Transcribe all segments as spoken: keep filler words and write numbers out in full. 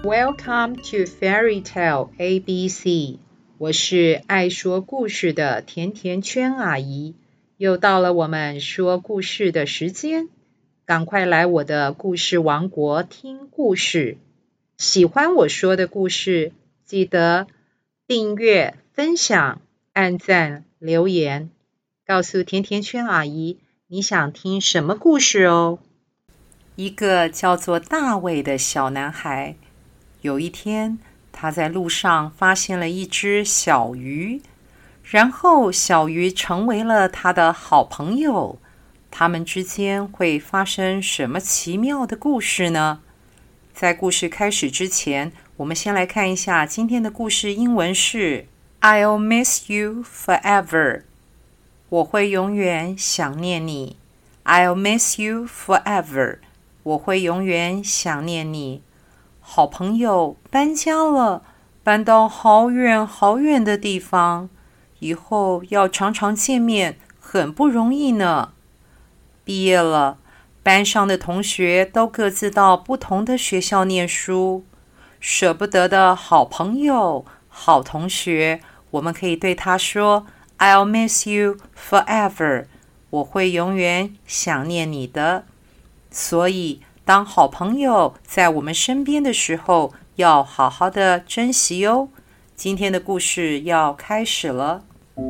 Welcome to Fairy Tale A B C， 我是爱说故事的甜甜圈阿姨，又到了我们说故事的时间，赶快来我的故事王国听故事。喜欢我说的故事，记得订阅、分享、按赞、留言，告诉甜甜圈阿姨你想听什么故事哦。一个叫做大卫的小男孩，有一天，他在路上发现了一只小鱼，然后小鱼成为了他的好朋友。他们之间会发生什么奇妙的故事呢？在故事开始之前，我们先来看一下今天的故事英文是 I'll miss you forever。 我会永远想念你。 I'll miss you forever。 我会永远想念你。好朋友搬家了，搬到好远好远的地方，以后要常常见面，很不容易呢。毕业了，班上的同学都各自到不同的学校念书，舍不得的好朋友、好同学，我们可以对他说 I'll miss you forever， 我会永远想念你的。所以当好朋友在我们身边的时候，要好好的珍惜哦。今天的故事要开始了。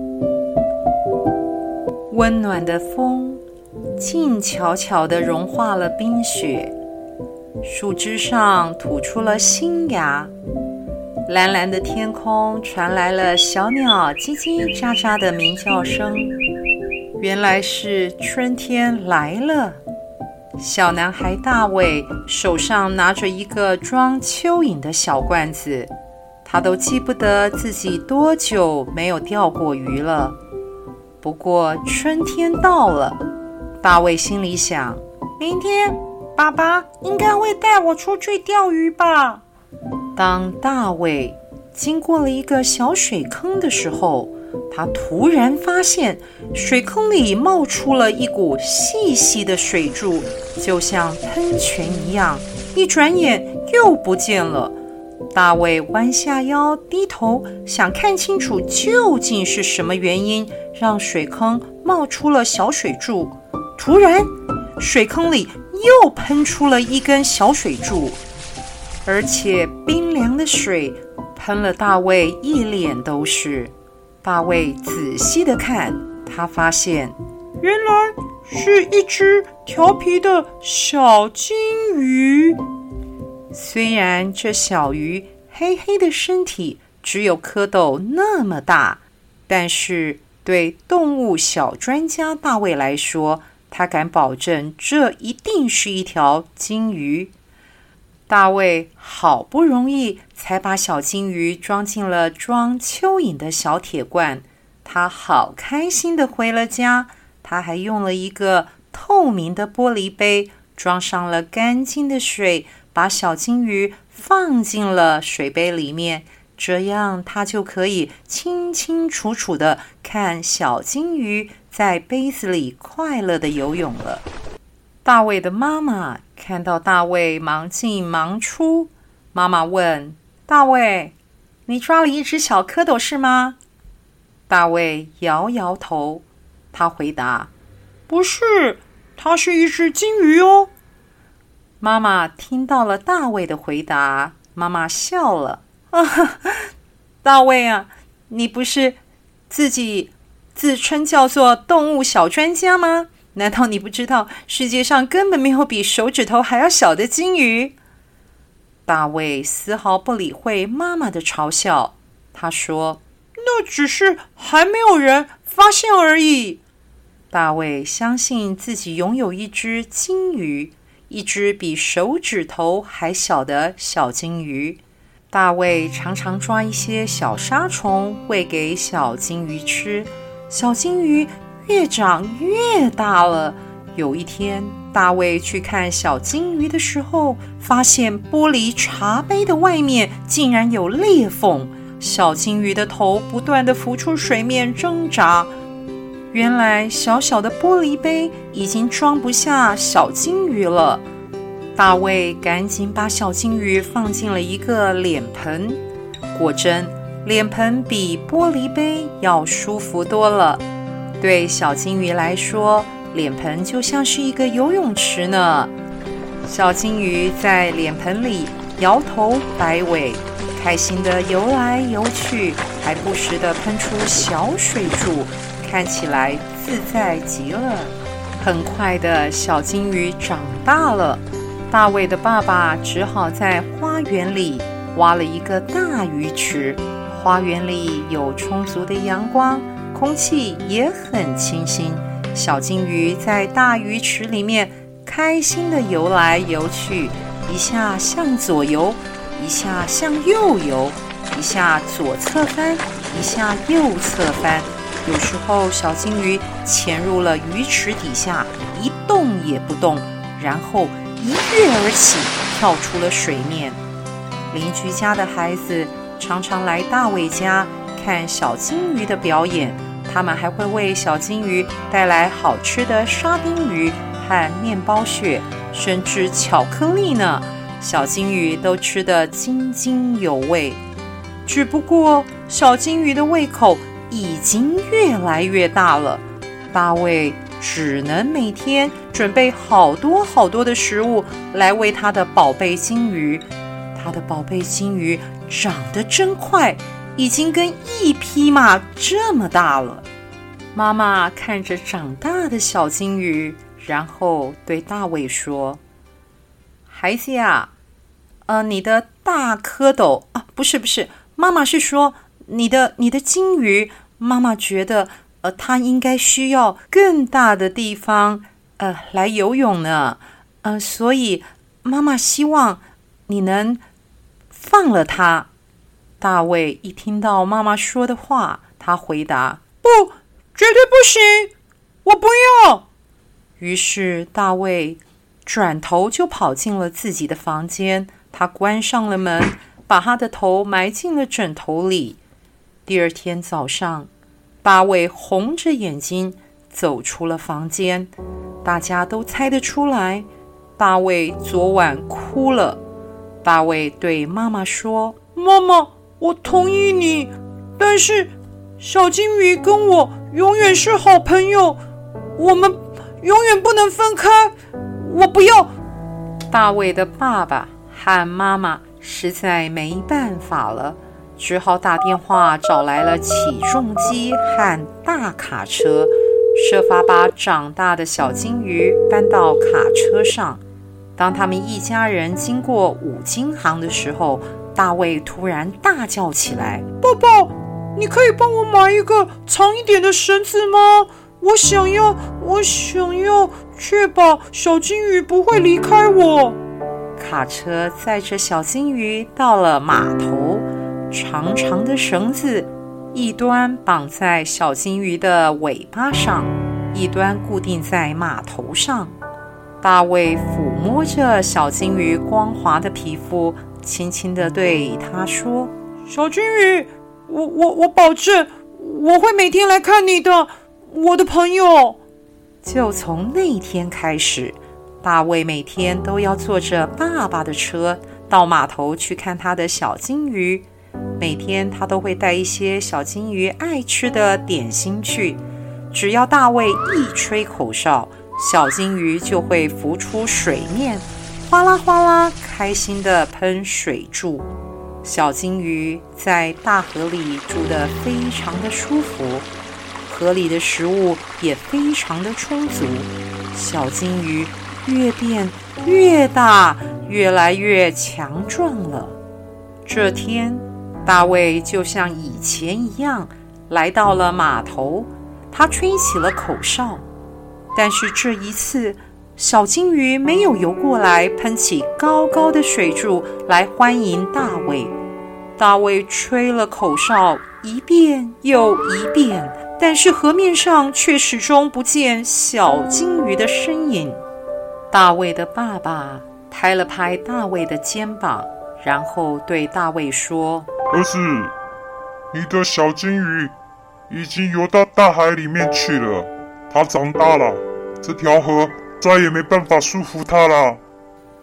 温暖的风静悄悄地融化了冰雪，树枝上吐出了新芽，蓝蓝的天空传来了小鸟叽叽喳喳的鸣叫声。原来是春天来了。小男孩大卫手上拿着一个装蚯蚓的小罐子，他都记不得自己多久没有钓过鱼了。不过春天到了，大卫心里想，明天爸爸应该会带我出去钓鱼吧。当大卫经过了一个小水坑的时候，他突然发现水坑里冒出了一股细细的水柱，就像喷泉一样，一转眼又不见了。大卫弯下腰低头，想看清楚究竟是什么原因让水坑冒出了小水柱。突然，水坑里又喷出了一根小水柱，而且冰凉的水喷了大卫一脸都是。大卫仔细地看，他发现原来是一只调皮的小金鱼。虽然这小鱼黑黑的身体只有蝌蚪那么大，但是对动物小专家大卫来说，他敢保证这一定是一条金鱼。大卫好不容易才把小金鱼装进了装蚯蚓的小铁罐，他好开心地回了家。他还用了一个透明的玻璃杯，装上了干净的水，把小金鱼放进了水杯里面，这样他就可以清清楚楚地看小金鱼在杯子里快乐地游泳了。大卫的妈妈看到大卫忙进忙出，妈妈问大卫，你抓了一只小蝌蚪是吗？大卫摇摇头，他回答，不是，它是一只金鱼哦。妈妈听到了大卫的回答，妈妈笑了，啊，大卫啊，你不是自己自称叫做动物小专家吗？难道你不知道世界上根本没有比手指头还要小的金鱼？大卫丝毫不理会妈妈的嘲笑，他说，那只是还没有人发现而已。大卫相信自己拥有一只金鱼，一只比手指头还小的小金鱼。大卫常常抓一些小沙虫喂给小金鱼吃，小金鱼越长越大了。有一天，大卫去看小金鱼的时候，发现玻璃茶杯的外面竟然有裂缝，小金鱼的头不断地浮出水面挣扎。原来小小的玻璃杯已经装不下小金鱼了。 大卫赶紧把小金鱼放进了一个脸盆，果真，脸盆比玻璃杯要舒服多了。对小金鱼来说，脸盆就像是一个游泳池呢。小金鱼在脸盆里摇头摆尾，开心地游来游去，还不时地喷出小水柱，看起来自在极了。很快的，小金鱼长大了，大卫的爸爸只好在花园里挖了一个大鱼池。花园里有充足的阳光，空气也很清新。小金鱼在大鱼池里面开心地游来游去，一下向左游，一下向右游，一下左侧翻，一下右侧翻。有时候小金鱼潜入了鱼池底下，一动也不动，然后一跃而起，跳出了水面。邻居家的孩子常常来大卫家看小金鱼的表演，他们还会为小金鱼带来好吃的沙丁鱼和面包屑，甚至巧克力呢。小金鱼都吃得津津有味。只不过小金鱼的胃口已经越来越大了，大卫只能每天准备好多好多的食物来喂他的宝贝金鱼。他的宝贝金鱼长得真快，已经跟一匹马这么大了。妈妈看着长大的小金鱼，然后对大卫说：孩子呀，呃，你的大蝌蚪啊，不是不是，妈妈是说你的你的金鱼，妈妈觉得呃，它应该需要更大的地方呃来游泳呢，呃，所以妈妈希望你能放了它。大卫一听到妈妈说的话，他回答：不，绝对不行，我不要。于是大卫转头就跑进了自己的房间，他关上了门，把他的头埋进了枕头里。第二天早上，大卫红着眼睛走出了房间，大家都猜得出来，大卫昨晚哭了。大卫对妈妈说：妈妈，我同意你，但是小金鱼跟我永远是好朋友，我们永远不能分开，我不要。大卫的爸爸和妈妈实在没办法了，只好打电话找来了起重机和大卡车，设法把长大的小金鱼搬到卡车上。当他们一家人经过五金行的时候，大卫突然大叫起来：爸爸，你可以帮我买一个长一点的绳子吗？我想要，我想要确保小金鱼不会离开我。卡车载着小金鱼到了码头，长长的绳子一端绑在小金鱼的尾巴上，一端固定在码头上。大卫抚摸着小金鱼光滑的皮肤，轻轻地对他说：小金鱼，我我我保证我会每天来看你的，我的朋友。就从那天开始，大卫每天都要坐着爸爸的车到码头去看他的小金鱼。每天他都会带一些小金鱼爱吃的点心去，只要大卫一吹口哨，小金鱼就会浮出水面，哗啦哗啦开心地喷水柱。小金鱼在大河里住得非常的舒服，河里的食物也非常的充足。小金鱼越变越大，越来越强壮了。这天，大卫就像以前一样来到了码头，他吹起了口哨。但是这一次，小金鱼没有游过来喷起高高的水柱来欢迎大卫。大卫吹了口哨一遍又一遍，但是河面上却始终不见小金鱼的身影。大卫的爸爸拍了拍大卫的肩膀，然后对大卫说： 儿子，你的小金鱼已经游到大海里面去了，它长大了，这条河再也没办法束缚它了。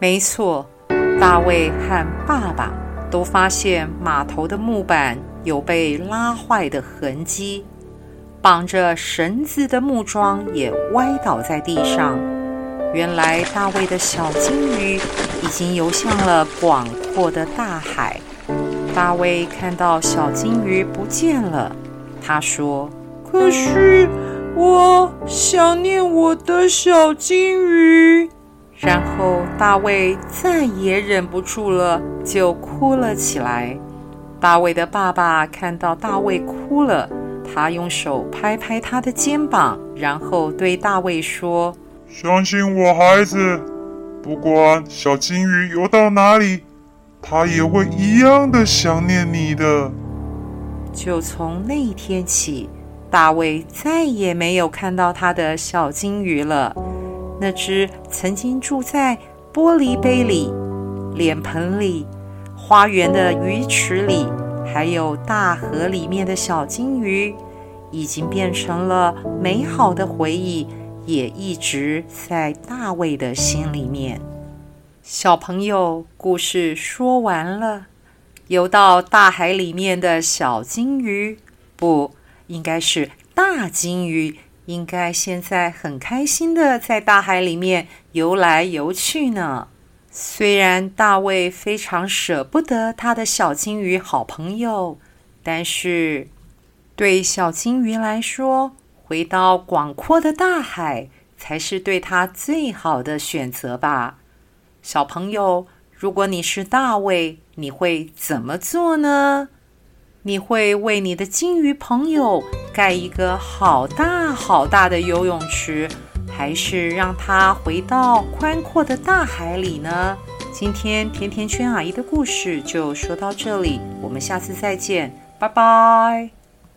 没错，大卫和爸爸都发现码头的木板有被拉坏的痕迹，绑着绳子的木桩也歪倒在地上。原来大卫的小金鱼已经游向了广阔的大海。大卫看到小金鱼不见了，他说：可是我想念我的小金鱼。然后大卫再也忍不住了，就哭了起来。大卫的爸爸看到大卫哭了，他用手拍拍他的肩膀，然后对大卫说： 相信我，孩子，不管小金鱼游到哪里，他也会一样的想念你的。 就从那一天起，大卫再也没有看到他的小金鱼了。那只曾经住在玻璃杯里、脸盆里、花园的鱼池里，还有大河里面的小金鱼，已经变成了美好的回忆，也一直在大卫的心里面。小朋友，故事说完了。游到大海里面的小金鱼，不，应该是大金鱼，应该现在很开心的在大海里面游来游去呢。虽然大卫非常舍不得他的小金鱼好朋友，但是对小金鱼来说，回到广阔的大海才是对他最好的选择吧。小朋友，如果你是大卫，你会怎么做呢？你会为你的金鱼朋友盖一个好大好大的游泳池，还是让他回到宽阔的大海里呢？今天甜甜圈阿姨的故事就说到这里，我们下次再见，拜拜。